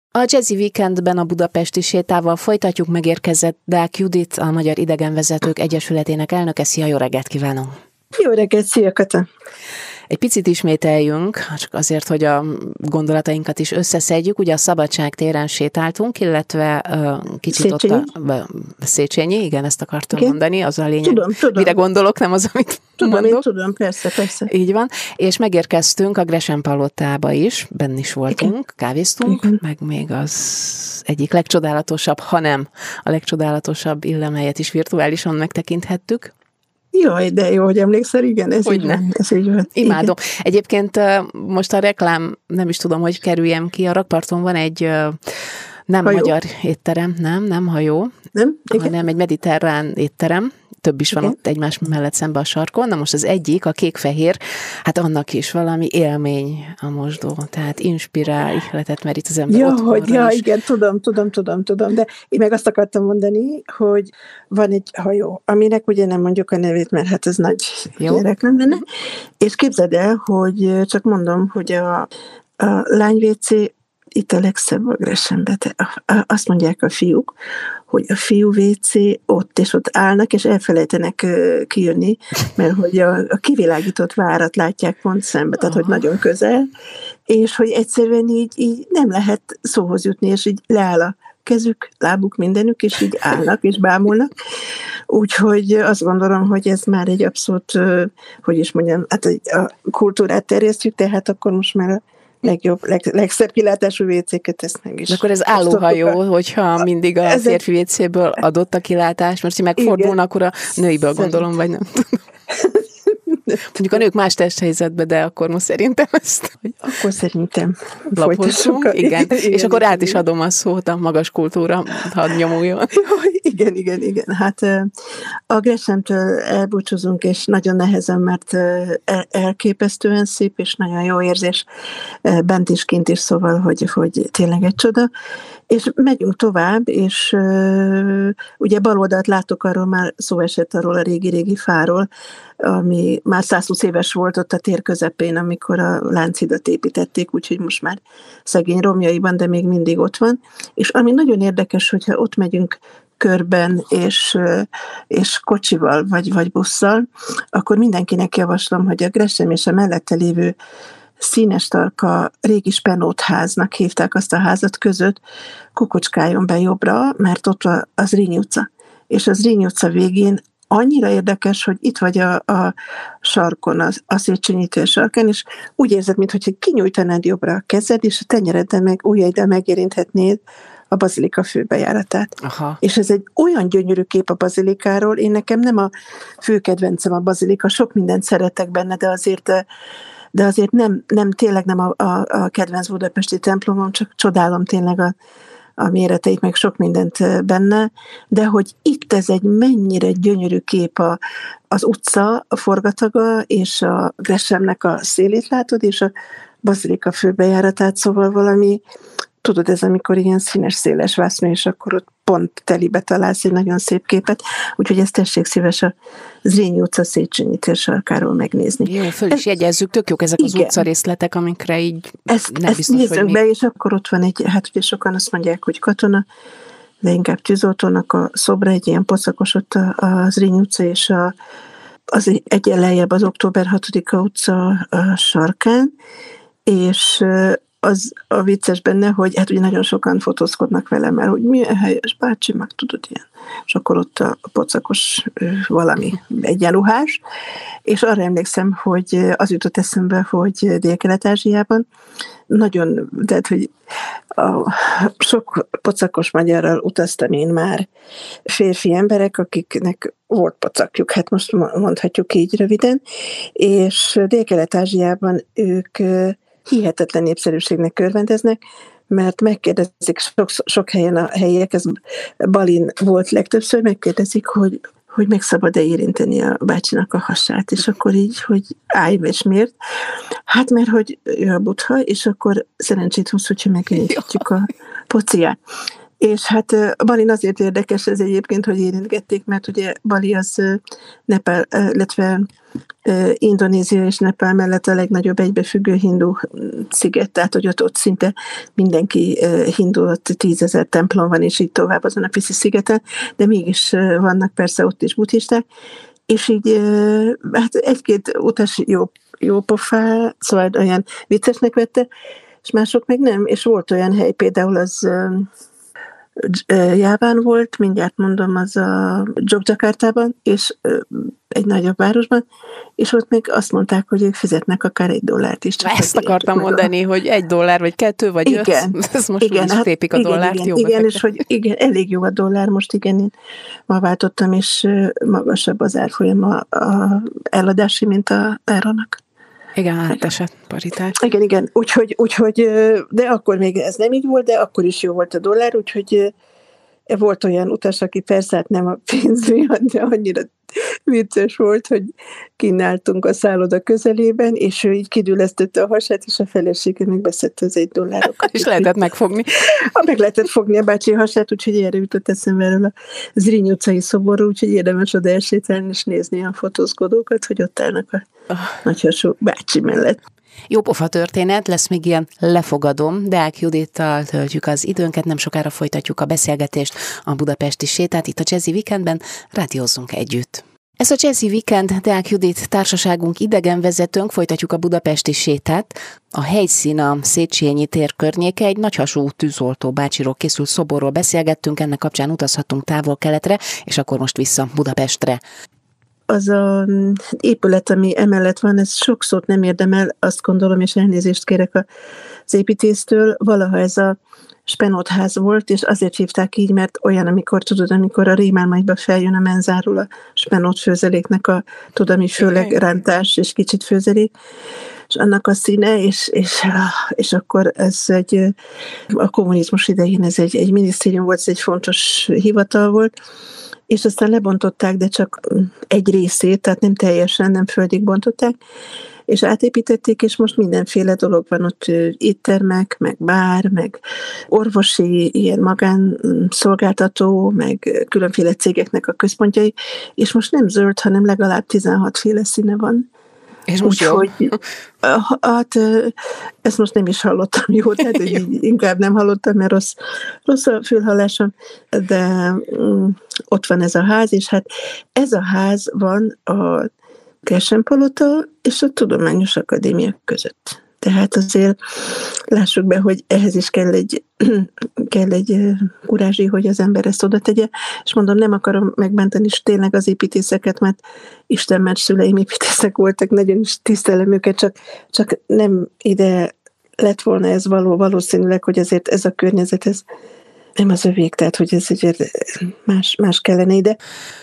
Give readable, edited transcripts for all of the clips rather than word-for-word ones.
A Jazzy Weekendben a budapesti sétával folytatjuk, megérkezett Deák Judit, a Magyar Idegenvezetők Egyesületének elnöke. Szia, jó reggelt kívánok! Jó reggelt, szia Kata! Egy picit ismételjünk, csak azért, hogy a gondolatainkat is összeszedjük. Ugye a Szabadság téren sétáltunk, illetve kicsit Széchenyi. ott a Széchenyi, igen, ezt akartam mondani, az a lényeg. Tudom. Mire gondolok, nem az, amit mondok. Én tudom, persze. Így van, és megérkeztünk a Gresham palotába is, benn is voltunk, igen. Kávéztunk, igen. Meg még az egyik legcsodálatosabb, hanem a legcsodálatosabb illemhelyet is virtuálisan megtekinthettük. Jaj, de jó, hogy emlékszel, igen, ez így van. Imádom. Igen. Egyébként most a reklám, nem is tudom, hogy kerüljem ki, a rakparton van egy nem hajó. Magyar étterem, nem hajó, hanem egy mediterrán étterem, több is van ott egymás mellett szembe a sarkon. Na most az egyik, a kék-fehér, hát annak is valami élmény a mosdó, tehát inspirál ihletet, mert itt az ember otthonra is. Igen, tudom, de én meg azt akartam mondani, hogy van egy hajó, aminek ugye nem mondjuk a nevét, mert hát ez nagy gyerek nem lenne, és képzeld el, hogy csak mondom, hogy a lány-WC itt a legszebb a Greshambe. Azt mondják a fiúk, hogy a fiú WC ott, és ott állnak, és elfelejtenek kijönni, mert hogy a kivilágított várat látják pont szembe, tehát hogy nagyon közel, és hogy egyszerűen így nem lehet szóhoz jutni, és így leáll a kezük, lábuk, mindenük, és így állnak, és bámulnak. Úgyhogy azt gondolom, hogy ez már egy abszolút, hogy is mondjam, hát a kultúrát terjesztjük, tehát akkor most már a legszebb kilátású WC-ket ezt meg is. De akkor ez állóhajó, hogyha mindig a férfi WC-ből adott a kilátás, mert ha megfordulna, akkor a nőiből gondolom, vagy nem tudom. Mondjuk a nők más testhelyzetben, de akkor most szerintem ezt... Akkor szerintem lapozzunk, igen. És akkor át is adom a szót a magas kultúra, hadd nyomuljon. Igen. Hát a Greshamtől elbúcsúzunk, és nagyon nehezen, mert elképesztően szép, és nagyon jó érzés bent is, kint is, szóval, hogy tényleg egy csoda. És megyünk tovább, és ugye bal oldalt látok, arról már szó esett, arról a régi fáról, ami már 120 éves volt ott a tér közepén, amikor a Lánchidat építették, úgyhogy most már szegény romjaiban, de még mindig ott van. És ami nagyon érdekes, hogyha ott megyünk körben, és kocsival, vagy busszal, akkor mindenkinek javaslom, hogy a Gresham és a mellette lévő Színes Tarka régi Spenótháznak hívták azt a házat között, kukocskáljon be jobbra, mert ott az Rényi utca. És az Rényi utca végén annyira érdekes, hogy itt vagy a sarkon, a Széchenyi tér sarkán, és úgy érzed, mintha kinyújtanád jobbra a kezed, és a tenyereddel meg ujjaiddal megérinthetnéd a bazilika főbejáratát. Aha. És ez egy olyan gyönyörű kép a bazilikáról, én nekem nem a fő kedvencem a bazilika, sok mindent szeretek benne, de azért nem tényleg nem a kedvenc budapesti templomom, csak csodálom tényleg a méreteit, meg sok mindent benne, de hogy itt ez egy mennyire gyönyörű kép az utca, a forgataga, és a Greshamnek a szélét látod, és a bazilika főbejáratát, szóval valami, tudod, ez amikor ilyen színes, széles vászna, és akkor ott pont telibe találsz egy nagyon szép képet, úgyhogy ezt tessék szíves a Zrínyi utca Széchenyi tér sarkáról megnézni. Jó, föl is jegyezzük, tök jók ezek az utcarészletek, amikre így nem biztos, nézzük hogy be, és akkor ott van egy, hát ugye sokan azt mondják, hogy katona, de inkább tűzoltónak a szobra, egy ilyen pocakos ott a Zrínyi utca, és az egyen lejjebb az Október 6-a utca a sarkán, és az a vicces benne, hogy hát ugye nagyon sokan fotózkodnak vele, mert hogy milyen helyes bácsi, meg tudod ilyen. És akkor ott a pocakos valami egyenruhás, és arra emlékszem, hogy az jutott eszembe, hogy Dél-Kelet-Ázsiában nagyon, tehát, hogy sok pocakos magyarral utaztam én már, férfi emberek, akiknek volt pocakjuk, hát most mondhatjuk így röviden, és Dél-Kelet-Ázsiában ők hihetetlen népszerűségnek örvendeznek, mert megkérdezik sok helyen a helyiek, ez Balin volt legtöbbször, megkérdezik, hogy meg szabad-e érinteni a bácsinak a hasát, és akkor így, hogy állj, és miért? Hát mert, hogy ő a Buddha, és akkor szerencsét hoz, hogyha megérintjük a pociát. És hát Balin azért érdekes ez egyébként, hogy érintgették, mert ugye Bali az Nepál, illetve Indonézia és Nepál mellett a legnagyobb egybefüggő hindu sziget, tehát hogy ott szinte mindenki hindu, ott 10 000 templom van, és így tovább azon a pici szigeten, de mégis vannak persze ott is buddhisták, és így hát egy-két utas jó pofá, szóval olyan viccesnek vette, és mások meg nem, és volt olyan hely, például az Jáván volt, mindjárt mondom, az a Jogjakartában, és egy nagyobb városban, és ott még azt mondták, hogy ők fizetnek akár $1 is. Ezt akartam mondani, hogy $1 vagy 2 vagy 5, ez most igen, is tépik a dollárt. Igen, és hogy igen, elég jó a dollár, most igen, én ma váltottam, és magasabb az árfolyam a eladási, mint a áranak. Igen, átesett paritás. Igen, úgyhogy, de akkor még ez nem így volt, de akkor is jó volt a dollár, úgyhogy volt olyan utas, aki persze hát nem a pénz miatt, de annyira vicces volt, hogy kínáltunk a szálloda közelében, és ő így kidülesztette a hasát, és a felesége még beszedte az $1. És lehetett megfogni. Meg lehetett fogni a bácsi hasát, úgyhogy erre jutott eszembe erről a Zrínyi utcai szoborról, úgyhogy érdemes oda elsétálni és nézni a fotózkodókat, hogy ott állnak a nagyhasú bácsi mellett. Jó pofa történet, lesz még ilyen lefogadom, Deák Judittal töltjük az időnket, nem sokára folytatjuk a beszélgetést, a budapesti sétát itt a Jazzy Weekendben, rádiózzunk együtt. Ez a Jazzy Weekend, Deák Judit társaságunk idegenvezetőnk, folytatjuk a budapesti sétát. A helyszín a Széchenyi tér környéke, egy nagyhasú tűzoltó bácsiról készült szoborról beszélgettünk, ennek kapcsán utazhatunk távol-keletre, és akkor most vissza Budapestre. Az az épület, ami emellett van, ez sok szót nem érdemel, azt gondolom, és elnézést kérek az építésztől, valaha ez a Spenótház volt, és azért hívták így, mert olyan, amikor a rémálmányba feljön a menzáról a Spenót főzeléknek ami főleg rántás és kicsit főzelék, és annak a színe, és akkor ez a kommunizmus idején ez egy minisztérium volt, ez egy fontos hivatal volt, és aztán lebontották, de csak egy részét, tehát nem teljesen, nem földig bontották, és átépítették, és most mindenféle dolog van ott, éttermek, meg bár, meg orvosi, ilyen magánszolgáltató, meg különféle cégeknek a központjai, és most nem zöld, hanem legalább 16 féle színe van. És most jó? Hát ezt most nem is hallottam jó, tehát inkább nem hallottam, mert rossz a fülhallásom, de ott van ez a ház, és hát ez a ház van a Gresham-palota és a Tudományos Akadémia között. Tehát azért lássuk be, hogy ehhez is kell egy kurázsi, hogy az ember ezt oda tegye, és mondom, nem akarom megbántani is tényleg az építészeket, mert Isten, mert szüleim építészek voltak, nagyon is tisztelem őket, csak nem ide lett volna ez valószínűleg, hogy azért ez a környezet, ez nem az övék, tehát hogy ez más kellene ide.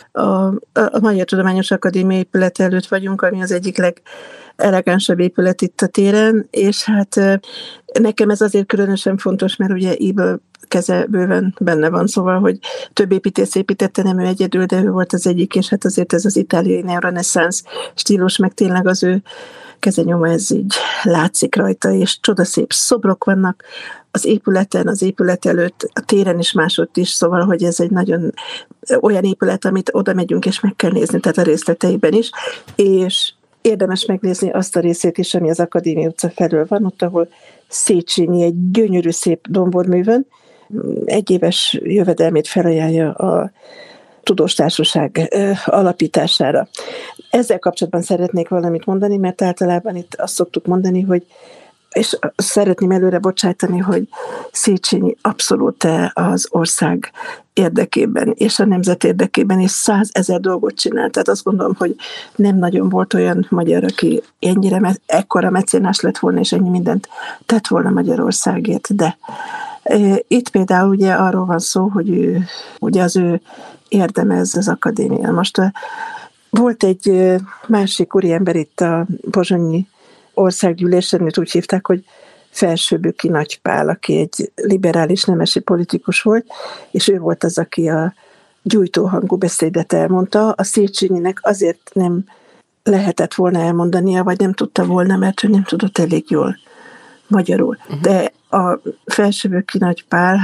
A Magyar Tudományos Akadémia épület előtt vagyunk, ami az egyik legelegánsabb épület itt a téren, és hát nekem ez azért különösen fontos, mert ugye Ibl keze bőven benne van, szóval, hogy több építész építette, nem ő egyedül, de ő volt az egyik, és hát azért ez az itáliai neoreneszánsz stílus, meg tényleg az ő kezenyoma, ez így látszik rajta, és csodaszép szobrok vannak az épületen, az épület előtt, a téren is másott is, szóval, hogy ez egy nagyon olyan épület, amit oda megyünk, és meg kell nézni, tehát a részleteiben is, és érdemes megnézni azt a részét is, ami az Akadémia utca felől van, ott, ahol Széchenyi egy gyönyörű szép domborművön 1 éves jövedelmét felajánlja a Tudós Társaság alapítására. Ezzel kapcsolatban szeretnék valamit mondani, mert általában itt azt szoktuk mondani, hogy és szeretném előre bocsájtani, hogy Széchenyi abszolút az ország érdekében, és a nemzet érdekében, és 100 000 dolgot csinált. Tehát azt gondolom, hogy nem nagyon volt olyan magyar, aki ekkora mecénás lett volna, és ennyi mindent tett volna Magyarországért. De itt például ugye arról van szó, hogy ugye az ő érdeme ez az akadémia. Most volt egy másik úriember itt a pozsonyi országgyűlésen, őt úgy hívták, hogy Felsőböki Nagy Pál, aki egy liberális nemesi politikus volt, és ő volt az, aki a gyújtóhangú beszédet elmondta. A Széchenyinek azért nem lehetett volna elmondania, vagy nem tudta volna, mert ő nem tudott elég jól magyarul. De a Felsőböki Nagy Pál, hát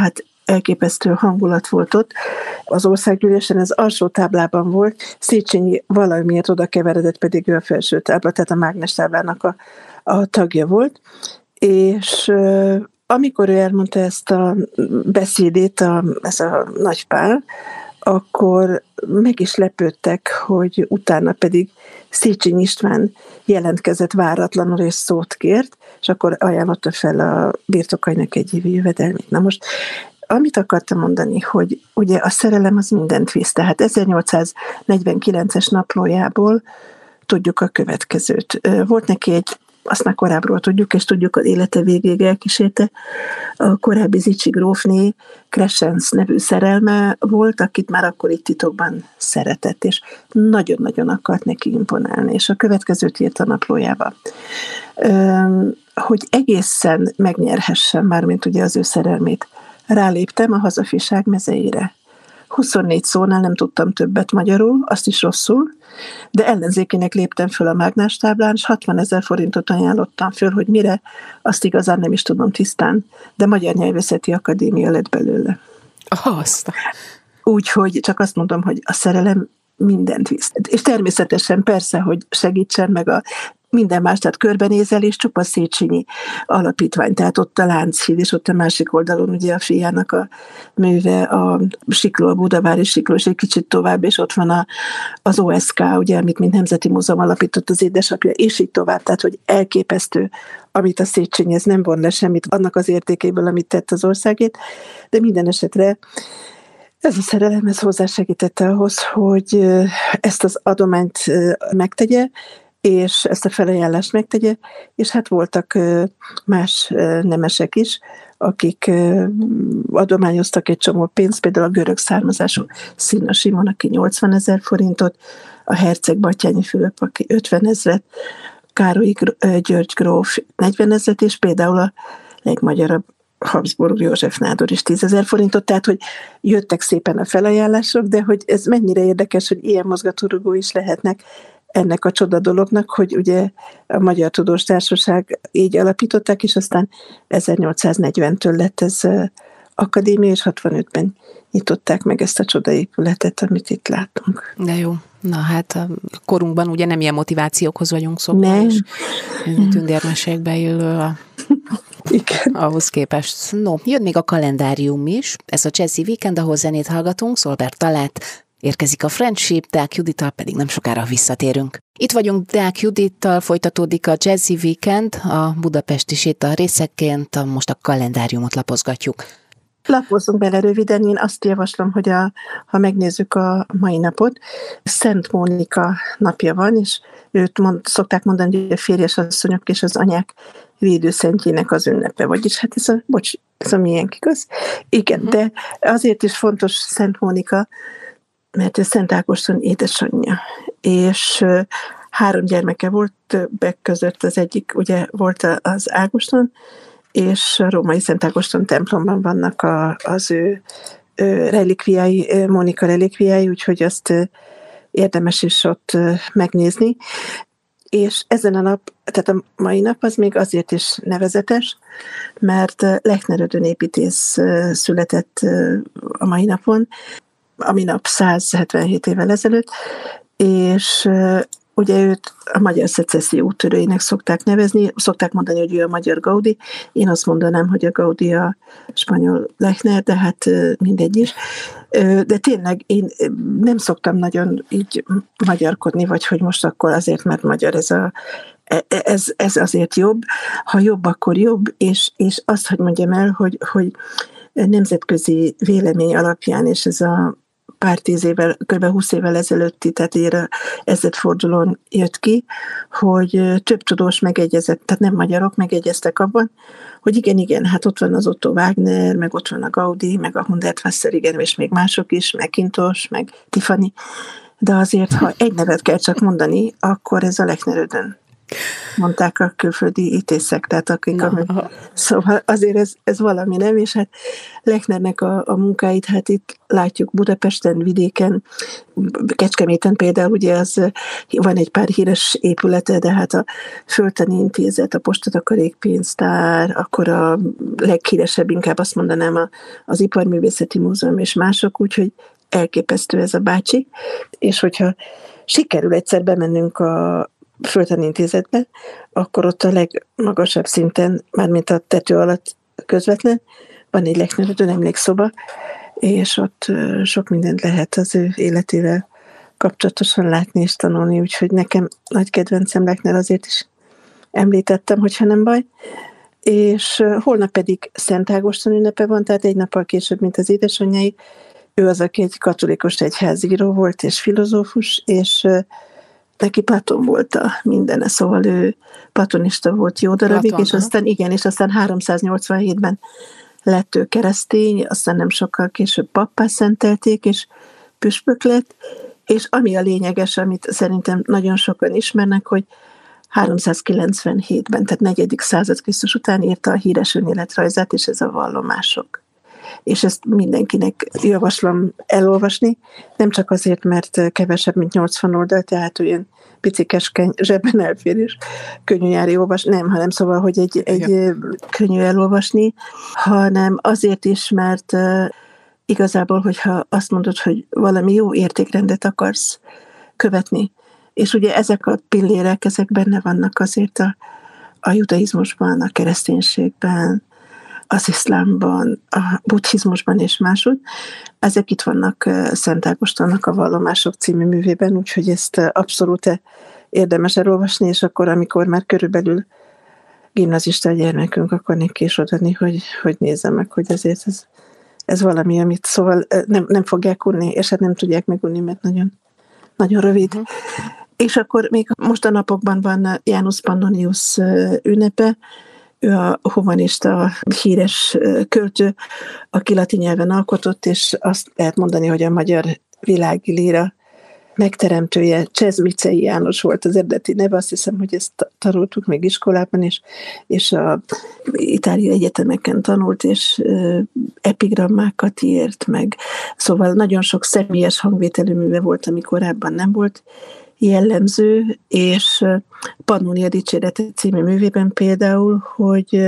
elképesztő hangulat volt ott. Az országgyűlésen ez alsó táblában volt, Széchenyi valamiért oda keveredett, pedig ő a felső tábla, tehát a mágnes táblának a tagja volt, és amikor ő elmondta ezt a beszédét, ez a Nagy Pál, akkor meg is lepődtek, hogy utána pedig Széchenyi István jelentkezett váratlanul és szót kért, és akkor ajánlotta fel a birtokainak egy évi jövedelmét. Na most, amit akartam mondani, hogy ugye a szerelem az mindent visz, tehát 1849-es naplójából tudjuk a következőt. Volt neki azt már korábbról tudjuk, és tudjuk, az élete végéig elkísérte. A korábbi Zichy grófné Crescens nevű szerelme volt, akit már akkor itt titokban szeretett, és nagyon-nagyon akart neki imponálni, és a következőt írt a naplójába. Hogy egészen megnyerhessen, mármint ugye az ő szerelmét, ráléptem a hazafiság mezeire. 24 szónál nem tudtam többet magyarul, azt is rosszul, de ellenzékének léptem föl a mágnástáblán, és 60 000 forintot ajánlottam föl, hogy mire, azt igazán nem is tudom tisztán, de Magyar Nyelvészeti Akadémia lett belőle. Úgyhogy csak azt mondom, hogy a szerelem mindent visz. És természetesen persze, hogy segítsen meg minden más, tehát körbenézel, és csupa Széchenyi alapítvány, tehát ott a Lánchíd, és ott a másik oldalon ugye a fiának a műve, a Sikló, a Budavári Sikló, és egy kicsit tovább, és ott van az OSK, ugye, amit mint Nemzeti Múzeum alapított az édesapja, és így tovább, tehát hogy elképesztő, amit a Széchenyi, ez nem von le semmit annak az értékéből, amit tett az országét, de minden esetre ez a szerelem, ez hozzásegítette ahhoz, hogy ezt az adományt megtegye, és ezt a felajánlást megtegye, és hát voltak más nemesek is, akik adományoztak egy csomó pénzt, például a görög származású Szina Simon, aki 80 000 forintot, a herceg Batthyány Fülöp, aki 50 000, Károly György gróf 40 000, és például a legmagyarabb Habsburg József nádor is 10 000 forintot, tehát hogy jöttek szépen a felajánlások, de hogy ez mennyire érdekes, hogy ilyen mozgatórugó is lehetnek ennek a csoda dolognak, hogy ugye a Magyar Tudós Társaság így alapították, és aztán 1840-től lett ez akadémia, és 65-ben nyitották meg ezt a csodaépületet, amit itt látunk. De jó. Na hát a korunkban ugye nem ilyen motivációkhoz vagyunk szokva, és tündérmesékbe illő ahhoz képest. No, jön még a kalendárium is, ez a Jazzy Weekend, ahol zenét hallgatunk, Szolbert Talát, érkezik a Friendship, Deák Judittal pedig nem sokára visszatérünk. Itt vagyunk Deák Judittal, folytatódik a Jazzy Weekend, a budapesti séta részeként, most a kalendáriumot lapozgatjuk. Lapozzunk bele röviden, én azt javaslom, hogy ha megnézzük a mai napot, Szent Mónika napja van, és őt szokták mondani, hogy a férjes asszonyok és az anyák védőszentjének az ünnepe, vagyis hát ez a miénk, igaz? Igen, de azért is fontos Szent Mónika, mert ő Szent Ágoston édesanyja, és 3 gyermeke volt, többek között az egyik, ugye volt az Ágoston, és a római Szent Ágoston templomban vannak az ő relikviái, Mónika relikviái, úgyhogy azt érdemes is ott megnézni. És ezen a nap, tehát a mai nap az még azért is nevezetes, mert Lechner Ödön építész született a mai napon, ami nap 177 évvel ezelőtt, és ugye őt a magyar szecesszió úttörőinek szokták nevezni, szokták mondani, hogy ő a magyar Gaudi, én azt mondanám, hogy a Gaudi a spanyol Lechner, de hát mindegy is. De tényleg én nem szoktam nagyon így magyarkodni, vagy hogy most akkor azért, mert magyar ez azért jobb. Ha jobb, akkor jobb, és azt, hogy mondjam el, hogy nemzetközi vélemény alapján, és ez a pár 10 évvel, kb. 20 évvel ezelőtti, tehát ilyen ezredfordulón jött ki, hogy több tudós megegyezett, tehát nem magyarok megegyeztek abban, hogy igen, hát ott van az Otto Wagner, meg ott van a Gaudi, meg a Hundertwasser, igen, és még mások is, McIntosh, meg Tiffany, de azért, ha egy nevet kell csak mondani, akkor ez a Lechner Ödön. mondták a külföldi ítészek, tehát akik szóval azért ez valami, nem? És hát Lechnernek a munkáit, hát itt látjuk Budapesten, vidéken, Kecskeméten például, ugye az van egy pár híres épülete, de hát a Földtani Intézet, a Postatakarékpénztár, akkor a leghíresebb, inkább azt mondanám, az Iparművészeti Múzeum és mások, úgyhogy elképesztő ez a bácsi, és hogyha sikerül egyszer bemennünk a Földtani Intézetbe, akkor ott a legmagasabb szinten, mármint a tető alatt közvetlen, van egy Lechner emlékszoba, és ott sok mindent lehet az ő életével kapcsolatosan látni és tanulni, úgyhogy nekem nagy kedvencem Lechner, azért is említettem, hogyha nem baj. És holnap pedig Szent Ágoston ünnepe van, tehát egy nappal később, mint az édesanyjai. Ő az, aki egy katolikus egyházíró volt és filozófus, és neki Platon volt a mindene, szóval ő platonista volt jó darabig, Platon, és aztán igen, és aztán 387-ben lett ő keresztény, aztán nem sokkal később pappá szentelték, és püspök lett, és ami a lényeges, amit szerintem nagyon sokan ismernek, hogy 397-ben, tehát 4. század Krisztus után írta a híres önéletrajzát, és ez a Vallomások. És ezt mindenkinek javaslom elolvasni, nem csak azért, mert kevesebb, mint 80 oldal, tehát olyan pici keskeny zsebben elfér, és könnyű járni olvasni, nem, hanem szóval, hogy egy könnyű elolvasni, hanem azért is, mert igazából, hogyha azt mondod, hogy valami jó értékrendet akarsz követni, és ugye ezek a pillérek, ezek benne vannak azért a judaizmusban, a kereszténységben, az iszlámban, a buddhizmusban és máshogy. Ezek itt vannak Szent Ágostonnak a Vallomások című művében, úgyhogy ezt abszolút érdemes elolvasni, és akkor, amikor már körülbelül gimnazista a gyermekünk, akkor neki is odaadni, hogy nézze meg, hogy azért ez valami, amit szóval nem fogják unni, és hát nem tudják megunni, mert nagyon, nagyon rövid. És akkor még most a napokban van Janus Pannonius ünnepe, ő a humanista, híres költő, aki latin nyelven alkotott, és azt lehet mondani, hogy a magyar világi líra megteremtője. Csezmicei János volt az eredeti neve, azt hiszem, hogy ezt tanultuk még iskolában, és a itáliai egyetemeken tanult, és epigrammákat írt meg. Szóval nagyon sok személyes hangvételű műve volt, ami korábban nem volt jellemző, és Pannonia Dicsérete című művében például, hogy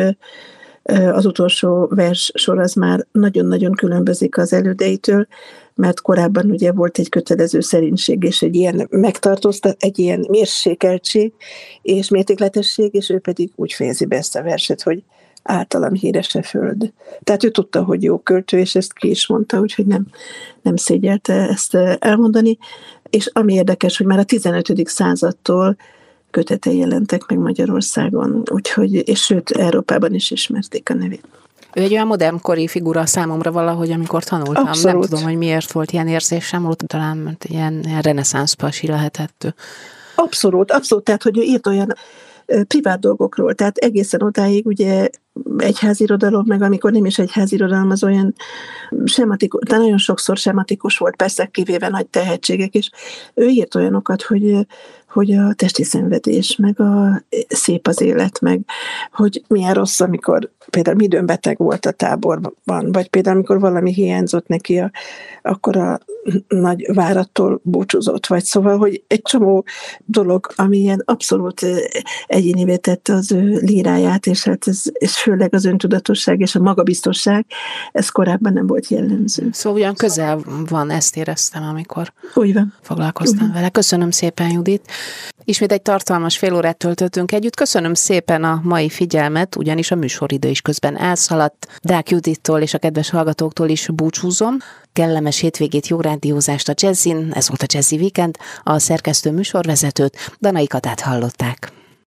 az utolsó vers sor az már nagyon-nagyon különbözik az elődeitől, mert korábban ugye volt egy kötelező szerénység, és egy ilyen megtartóztat, egy ilyen mérsékeltség és mértékletesség, és ő pedig úgy fejezi be ezt a verset, hogy általam híres a föld. Tehát ő tudta, hogy jó költő, és ezt ki is mondta, úgyhogy nem szégyelte ezt elmondani. És ami érdekes, hogy már a 15. századtól kötetei jelentek meg Magyarországon, úgyhogy, és sőt, Európában is ismerték a nevét. Ő egy olyan modernkori figura számomra valahogy, amikor tanultam. Abszolút. Nem tudom, hogy miért volt ilyen érzésem, talán mert ilyen reneszánsz pasi lehetett. Abszolút, tehát, hogy ő írt olyan privát dolgokról, tehát egészen odáig ugye egyházirodalom, meg amikor nem is egyházirodalom, az olyan sematikus, de nagyon sokszor sematikus volt, persze kivéve nagy tehetségek, és ő írt olyanokat, hogy a testi szenvedés, meg a szép az élet, meg hogy milyen rossz, amikor például midőn beteg volt a táborban, vagy például amikor valami hiányzott neki, akkor a nagy várattól búcsúzott, vagy szóval, hogy egy csomó dolog, ami ilyen abszolút egyénivé tette az ő líráját, és hát és főleg az öntudatosság és a magabiztosság, ez korábban nem volt jellemző. Szóval ugyan közel van, ezt éreztem, amikor foglalkoztam Úgy van. vele. Köszönöm szépen, Judit. Ismét egy tartalmas fél órát töltöttünk együtt. Köszönöm szépen a mai figyelmet, ugyanis a műsoridő is közben elszaladt. Deák Judittól és a kedves hallgatóktól is búcsúzom. Kellemes hétvégét, jó rádiózást a Jazzin, ez volt a Jazzy Weekend, a szerkesztő műsorvezetőt, Danai Katát hallották.